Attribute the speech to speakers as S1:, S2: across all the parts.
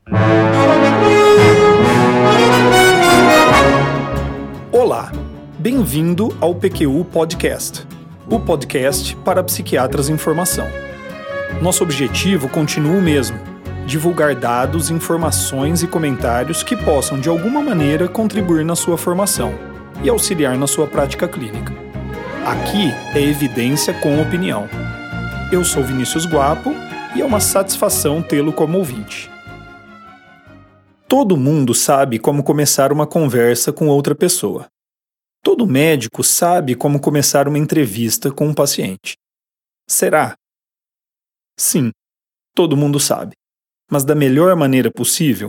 S1: Olá, bem-vindo ao PQU Podcast, o podcast para psiquiatras em formação. Nosso objetivo continua o mesmo: divulgar dados, informações e comentários que possam, de alguma maneira, contribuir na sua formação e auxiliar na sua prática clínica. Aqui é evidência com opinião. Eu sou Vinícius Guapo e é uma satisfação tê-lo como ouvinte. Todo mundo sabe como começar uma conversa com outra pessoa. Todo médico sabe como começar uma entrevista com um paciente. Será? Sim, todo mundo sabe. Mas da melhor maneira possível?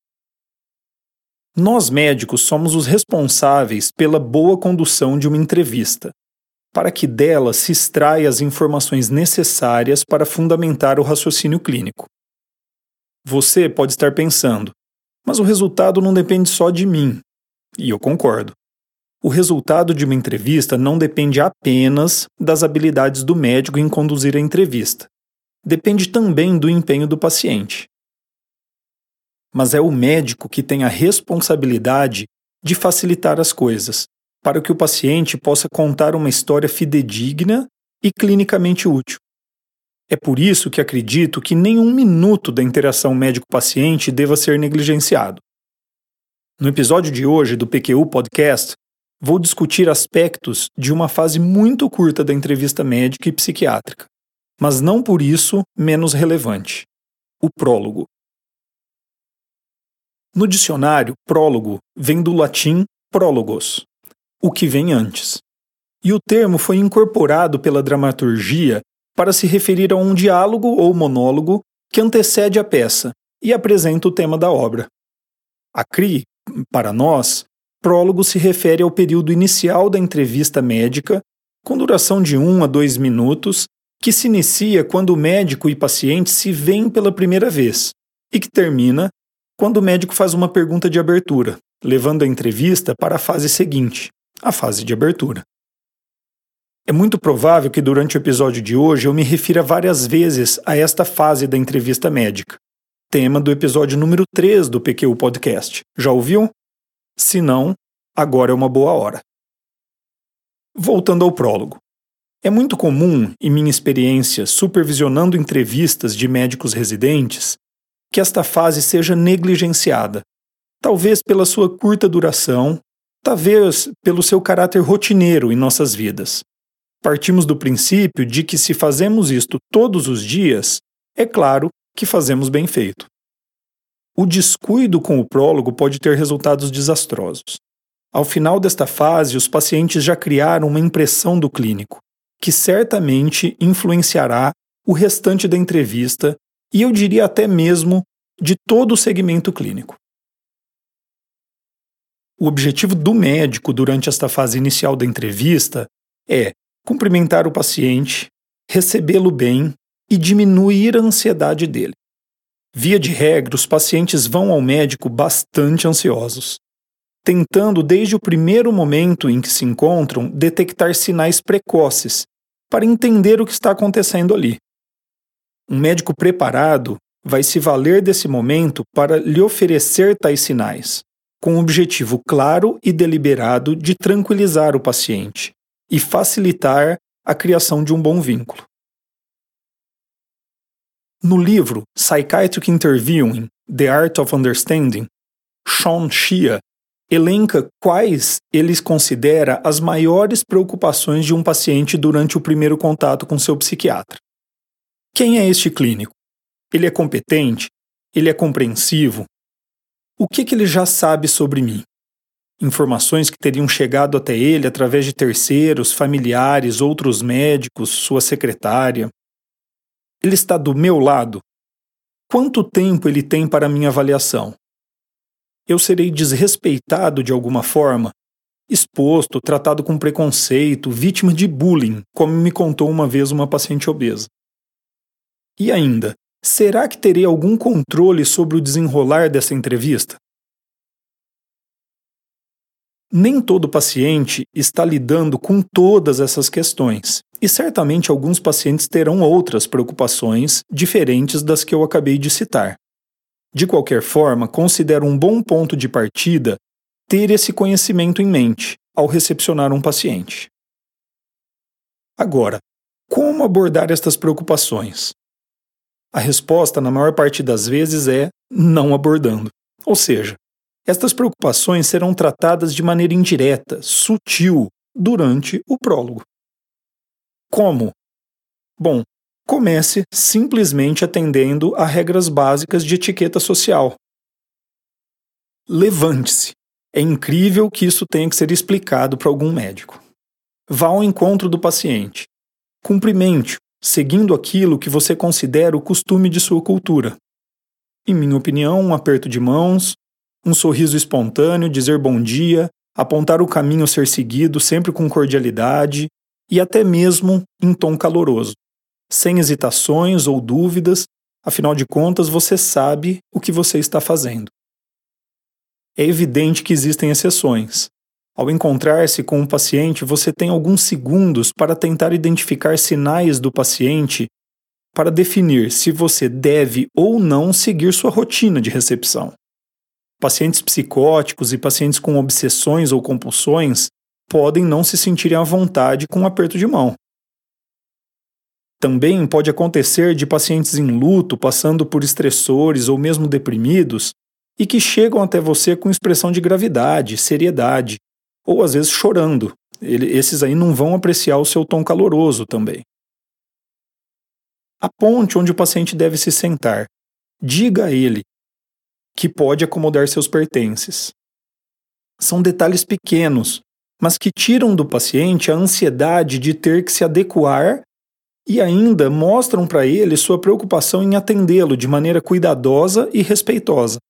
S1: Nós médicos somos os responsáveis pela boa condução de uma entrevista, para que dela se extraia as informações necessárias para fundamentar o raciocínio clínico. Você pode estar pensando, mas o resultado não depende só de mim. E eu concordo. O resultado de uma entrevista não depende apenas das habilidades do médico em conduzir a entrevista. Depende também do empenho do paciente. Mas é o médico que tem a responsabilidade de facilitar as coisas, para que o paciente possa contar uma história fidedigna e clinicamente útil. É por isso que acredito que nenhum minuto da interação médico-paciente deva ser negligenciado. No episódio de hoje do PQU Podcast, vou discutir aspectos de uma fase muito curta da entrevista médica e psiquiátrica, mas não por isso menos relevante: o prólogo. No dicionário, prólogo vem do latim prólogos, o que vem antes. E o termo foi incorporado pela dramaturgia para se referir a um diálogo ou monólogo que antecede a peça e apresenta o tema da obra. Aqui, para nós, prólogo se refere ao período inicial da entrevista médica, com duração de 1 a 2 minutos, que se inicia quando o médico e paciente se veem pela primeira vez e que termina quando o médico faz uma pergunta de abertura, levando a entrevista para a fase seguinte, a fase de abertura. É muito provável que durante o episódio de hoje eu me refira várias vezes a esta fase da entrevista médica, tema do episódio número 3 do PQU Podcast. Já ouviu? Se não, agora é uma boa hora. Voltando ao prólogo. É muito comum, em minha experiência supervisionando entrevistas de médicos residentes, que esta fase seja negligenciada, talvez pela sua curta duração, talvez pelo seu caráter rotineiro em nossas vidas. Partimos do princípio de que se fazemos isto todos os dias, é claro que fazemos bem feito. O descuido com o prólogo pode ter resultados desastrosos. Ao final desta fase, os pacientes já criaram uma impressão do clínico, que certamente influenciará o restante da entrevista e eu diria até mesmo de todo o segmento clínico. O objetivo do médico durante esta fase inicial da entrevista é cumprimentar o paciente, recebê-lo bem e diminuir a ansiedade dele. Via de regra, os pacientes vão ao médico bastante ansiosos, tentando desde o primeiro momento em que se encontram detectar sinais precoces para entender o que está acontecendo ali. Um médico preparado vai se valer desse momento para lhe oferecer tais sinais, com o objetivo claro e deliberado de tranquilizar o paciente e facilitar a criação de um bom vínculo. No livro Psychiatric Interviewing: The Art of Understanding, Sean Shea elenca quais ele considera as maiores preocupações de um paciente durante o primeiro contato com seu psiquiatra. Quem é este clínico? Ele é competente? Ele é compreensivo? O que ele já sabe sobre mim? Informações que teriam chegado até ele através de terceiros, familiares, outros médicos, sua secretária. Ele está do meu lado? Quanto tempo ele tem para minha avaliação? Eu serei desrespeitado de alguma forma? Exposto, tratado com preconceito, vítima de bullying, como me contou uma vez uma paciente obesa. E ainda, será que terei algum controle sobre o desenrolar dessa entrevista? Nem todo paciente está lidando com todas essas questões, e certamente alguns pacientes terão outras preocupações diferentes das que eu acabei de citar. De qualquer forma, considero um bom ponto de partida ter esse conhecimento em mente ao recepcionar um paciente. Agora, como abordar estas preocupações? A resposta, na maior parte das vezes, é não abordando. Ou seja, estas preocupações serão tratadas de maneira indireta, sutil, durante o prólogo. Como? Bom, comece simplesmente atendendo a regras básicas de etiqueta social. Levante-se. É incrível que isso tenha que ser explicado para algum médico. Vá ao encontro do paciente. Cumprimente-o, seguindo aquilo que você considera o costume de sua cultura. Em minha opinião, um aperto de mãos, um sorriso espontâneo, dizer bom dia, apontar o caminho a ser seguido sempre com cordialidade e até mesmo em tom caloroso, sem hesitações ou dúvidas, afinal de contas você sabe o que você está fazendo. É evidente que existem exceções. Ao encontrar-se com um paciente, você tem alguns segundos para tentar identificar sinais do paciente para definir se você deve ou não seguir sua rotina de recepção. Pacientes psicóticos e pacientes com obsessões ou compulsões podem não se sentirem à vontade com um aperto de mão. Também pode acontecer de pacientes em luto, passando por estressores ou mesmo deprimidos, e que chegam até você com expressão de gravidade, seriedade, ou às vezes chorando. Esses aí não vão apreciar o seu tom caloroso também. Aponte onde o paciente deve se sentar. Diga a ele que pode acomodar seus pertences. São detalhes pequenos, mas que tiram do paciente a ansiedade de ter que se adequar e ainda mostram para ele sua preocupação em atendê-lo de maneira cuidadosa e respeitosa.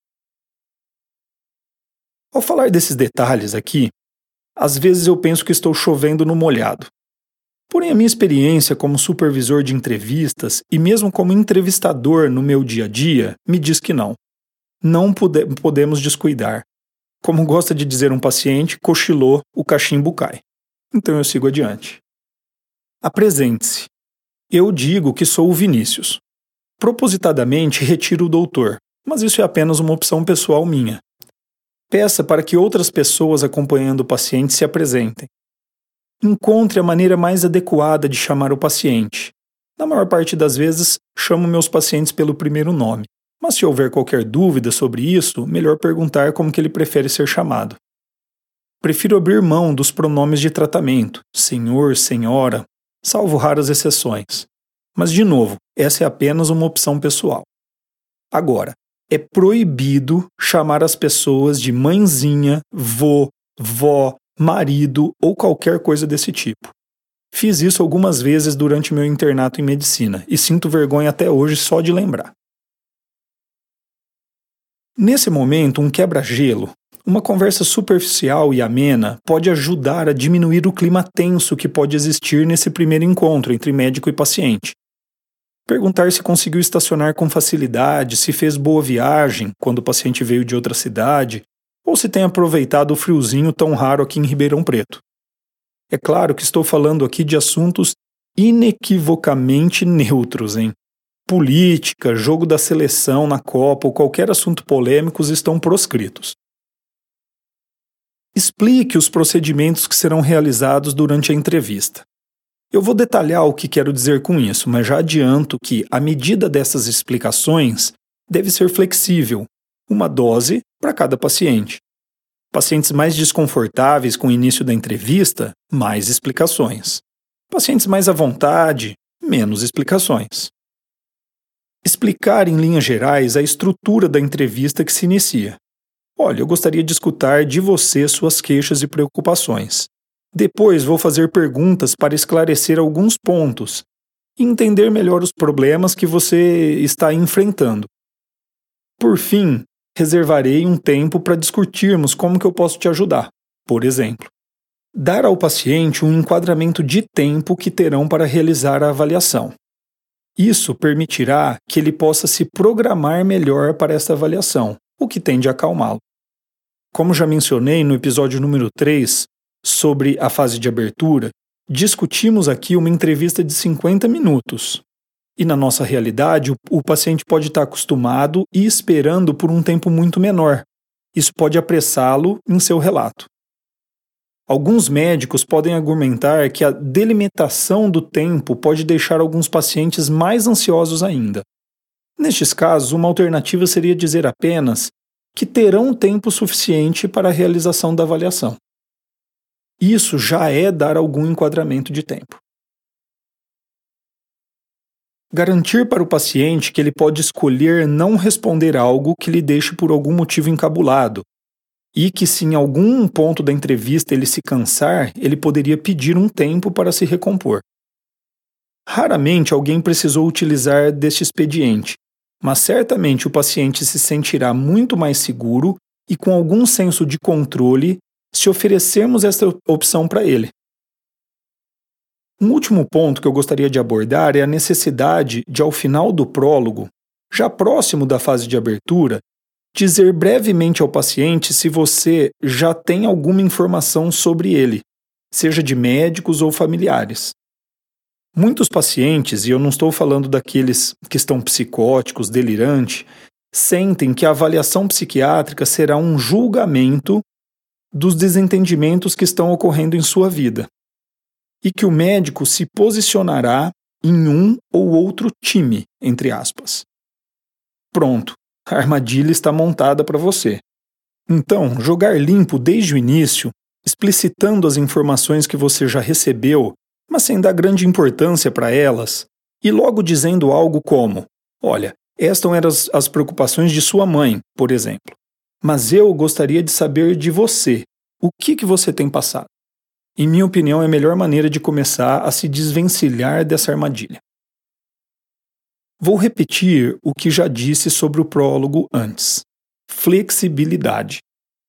S1: Ao falar desses detalhes aqui, às vezes eu penso que estou chovendo no molhado. Porém, a minha experiência como supervisor de entrevistas e mesmo como entrevistador no meu dia a dia me diz que não. Não podemos descuidar. Como gosta de dizer um paciente, cochilou, o cachimbo cai. Então eu sigo adiante. Apresente-se. Eu digo que sou o Vinícius. Propositadamente retiro o doutor, mas isso é apenas uma opção pessoal minha. Peça para que outras pessoas acompanhando o paciente se apresentem. Encontre a maneira mais adequada de chamar o paciente. Na maior parte das vezes, chamo meus pacientes pelo primeiro nome. Mas se houver qualquer dúvida sobre isso, melhor perguntar como que ele prefere ser chamado. Prefiro abrir mão dos pronomes de tratamento, senhor, senhora, salvo raras exceções. Mas, de novo, essa é apenas uma opção pessoal. Agora, é proibido chamar as pessoas de mãezinha, vô, vó, marido ou qualquer coisa desse tipo. Fiz isso algumas vezes durante meu internato em medicina e sinto vergonha até hoje só de lembrar. Nesse momento, um quebra-gelo, uma conversa superficial e amena pode ajudar a diminuir o clima tenso que pode existir nesse primeiro encontro entre médico e paciente. Perguntar se conseguiu estacionar com facilidade, se fez boa viagem quando o paciente veio de outra cidade, ou se tem aproveitado o friozinho tão raro aqui em Ribeirão Preto. É claro que estou falando aqui de assuntos inequivocamente neutros, hein? Política, jogo da seleção na Copa ou qualquer assunto polêmico estão proscritos. Explique os procedimentos que serão realizados durante a entrevista. Eu vou detalhar o que quero dizer com isso, mas já adianto que a medida dessas explicações deve ser flexível, uma dose para cada paciente. Pacientes mais desconfortáveis com o início da entrevista, mais explicações. Pacientes mais à vontade, menos explicações. Explicar em linhas gerais a estrutura da entrevista que se inicia. Olha, eu gostaria de escutar de você suas queixas e preocupações. Depois vou fazer perguntas para esclarecer alguns pontos e entender melhor os problemas que você está enfrentando. Por fim, reservarei um tempo para discutirmos como que eu posso te ajudar. Por exemplo, dar ao paciente um enquadramento de tempo que terão para realizar a avaliação. Isso permitirá que ele possa se programar melhor para esta avaliação, o que tende a acalmá-lo. Como já mencionei no episódio número 3, sobre a fase de abertura, discutimos aqui uma entrevista de 50 minutos. E na nossa realidade, o paciente pode estar acostumado e esperando por um tempo muito menor. Isso pode apressá-lo em seu relato. Alguns médicos podem argumentar que a delimitação do tempo pode deixar alguns pacientes mais ansiosos ainda. Nestes casos, uma alternativa seria dizer apenas que terão tempo suficiente para a realização da avaliação. Isso já é dar algum enquadramento de tempo. Garantir para o paciente que ele pode escolher não responder algo que lhe deixe por algum motivo encabulado, e que se em algum ponto da entrevista ele se cansar, ele poderia pedir um tempo para se recompor. Raramente alguém precisou utilizar deste expediente, mas certamente o paciente se sentirá muito mais seguro e com algum senso de controle se oferecermos esta opção para ele. Um último ponto que eu gostaria de abordar é a necessidade de, ao final do prólogo, já próximo da fase de abertura, dizer brevemente ao paciente se você já tem alguma informação sobre ele, seja de médicos ou familiares. Muitos pacientes, e eu não estou falando daqueles que estão psicóticos, delirantes, sentem que a avaliação psiquiátrica será um julgamento dos desentendimentos que estão ocorrendo em sua vida, e que o médico se posicionará em um ou outro time, entre aspas. Pronto, a armadilha está montada para você. Então, jogar limpo desde o início, explicitando as informações que você já recebeu, mas sem dar grande importância para elas, e logo dizendo algo como: olha, estas eram as preocupações de sua mãe, por exemplo, mas eu gostaria de saber de você, o que você tem passado. Em minha opinião, é a melhor maneira de começar a se desvencilhar dessa armadilha. Vou repetir o que já disse sobre o prólogo antes. Flexibilidade.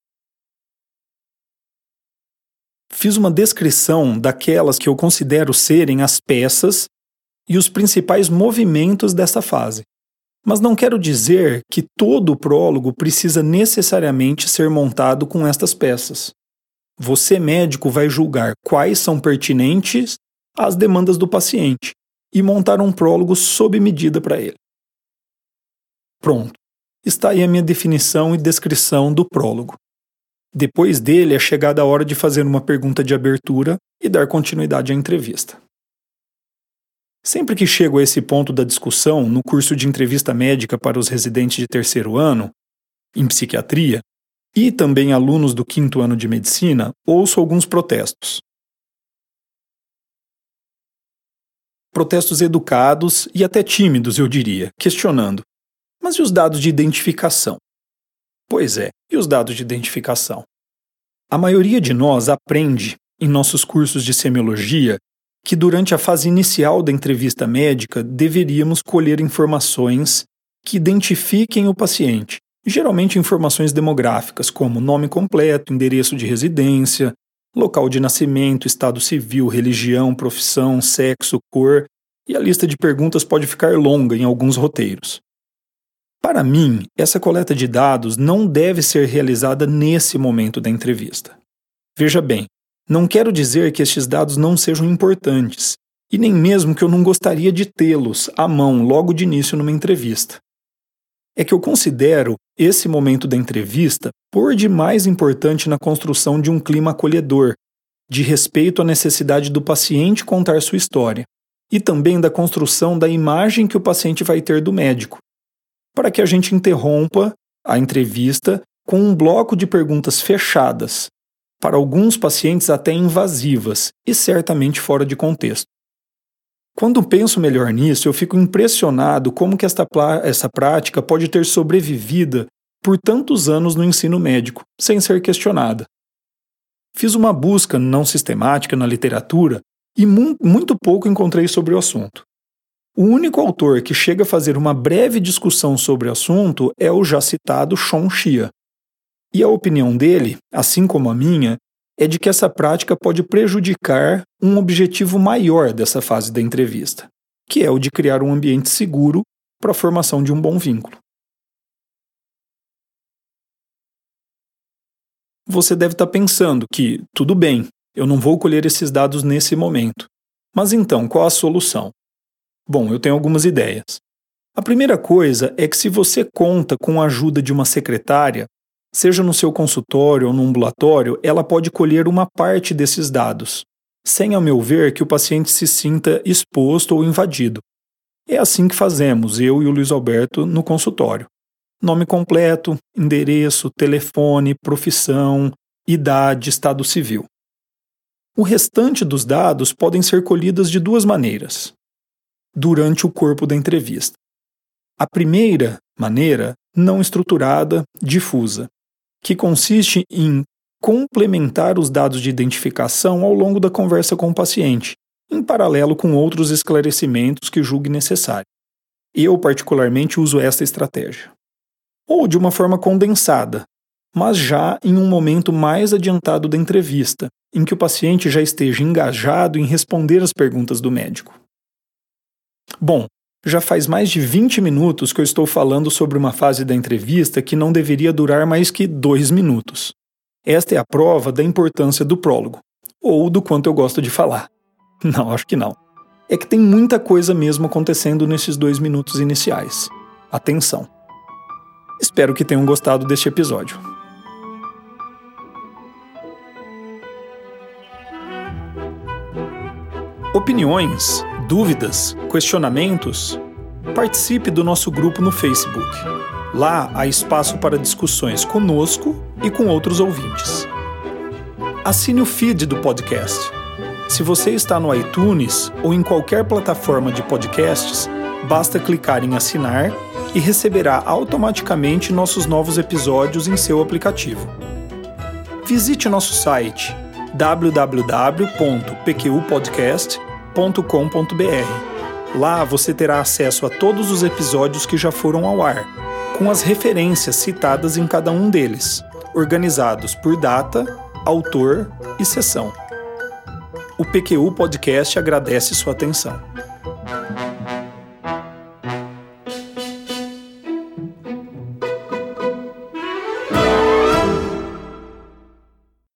S1: Fiz uma descrição daquelas que eu considero serem as peças e os principais movimentos dessa fase. Mas não quero dizer que todo o prólogo precisa necessariamente ser montado com estas peças. Você, médico, vai julgar quais são pertinentes às demandas do paciente e montar um prólogo sob medida para ele. Pronto, está aí a minha definição e descrição do prólogo. Depois dele é chegada a hora de fazer uma pergunta de abertura e dar continuidade à entrevista. Sempre que chego a esse ponto da discussão no curso de entrevista médica para os residentes de terceiro ano, em psiquiatria, e também alunos do quinto ano de medicina, ouço alguns protestos. Protestos educados e até tímidos, eu diria, questionando: mas e os dados de identificação? Pois é, e os dados de identificação? A maioria de nós aprende, em nossos cursos de semiologia, que durante a fase inicial da entrevista médica deveríamos colher informações que identifiquem o paciente, geralmente informações demográficas, como nome completo, endereço de residência, local de nascimento, estado civil, religião, profissão, sexo, cor, e a lista de perguntas pode ficar longa em alguns roteiros. Para mim, essa coleta de dados não deve ser realizada nesse momento da entrevista. Veja bem, não quero dizer que estes dados não sejam importantes, e nem mesmo que eu não gostaria de tê-los à mão logo de início numa entrevista. É que eu considero esse momento da entrevista por demais importante na construção de um clima acolhedor, de respeito à necessidade do paciente contar sua história, e também da construção da imagem que o paciente vai ter do médico, para que a gente interrompa a entrevista com um bloco de perguntas fechadas, para alguns pacientes até invasivas e certamente fora de contexto. Quando penso melhor nisso, eu fico impressionado como que essa prática pode ter sobrevivido por tantos anos no ensino médico, sem ser questionada. Fiz uma busca não sistemática na literatura e muito pouco encontrei sobre o assunto. O único autor que chega a fazer uma breve discussão sobre o assunto é o já citado Sean Shea. E a opinião dele, assim como a minha, é de que essa prática pode prejudicar um objetivo maior dessa fase da entrevista, que é o de criar um ambiente seguro para a formação de um bom vínculo. Você deve estar pensando que, tudo bem, eu não vou colher esses dados nesse momento. Mas então, qual a solução? Bom, eu tenho algumas ideias. A primeira coisa é que se você conta com a ajuda de uma secretária, seja no seu consultório ou no ambulatório, ela pode colher uma parte desses dados, sem, ao meu ver, que o paciente se sinta exposto ou invadido. É assim que fazemos, eu e o Luiz Alberto, no consultório. Nome completo, endereço, telefone, profissão, idade, estado civil. O restante dos dados podem ser colhidos de duas maneiras, durante o corpo da entrevista. A primeira maneira, não estruturada, difusa, que consiste em complementar os dados de identificação ao longo da conversa com o paciente, em paralelo com outros esclarecimentos que julgue necessário. Eu, particularmente, uso esta estratégia. Ou de uma forma condensada, mas já em um momento mais adiantado da entrevista, em que o paciente já esteja engajado em responder as perguntas do médico. Bom, já faz mais de 20 minutos que eu estou falando sobre uma fase da entrevista que não deveria durar mais que 2 minutos. Esta é a prova da importância do prólogo, ou do quanto eu gosto de falar. Não, acho que não. É que tem muita coisa mesmo acontecendo nesses 2 minutos iniciais. Atenção! Espero que tenham gostado deste episódio. Opiniões, dúvidas, questionamentos? Participe do nosso grupo no Facebook. Lá há espaço para discussões conosco e com outros ouvintes. Assine o feed do podcast. Se você está no iTunes ou em qualquer plataforma de podcasts, basta clicar em assinar e receberá automaticamente nossos novos episódios em seu aplicativo. Visite nosso site www.pqpodcast.com.br. Lá você terá acesso a todos os episódios que já foram ao ar, com as referências citadas em cada um deles, organizados por data, autor e sessão. O PQU Podcast agradece sua atenção.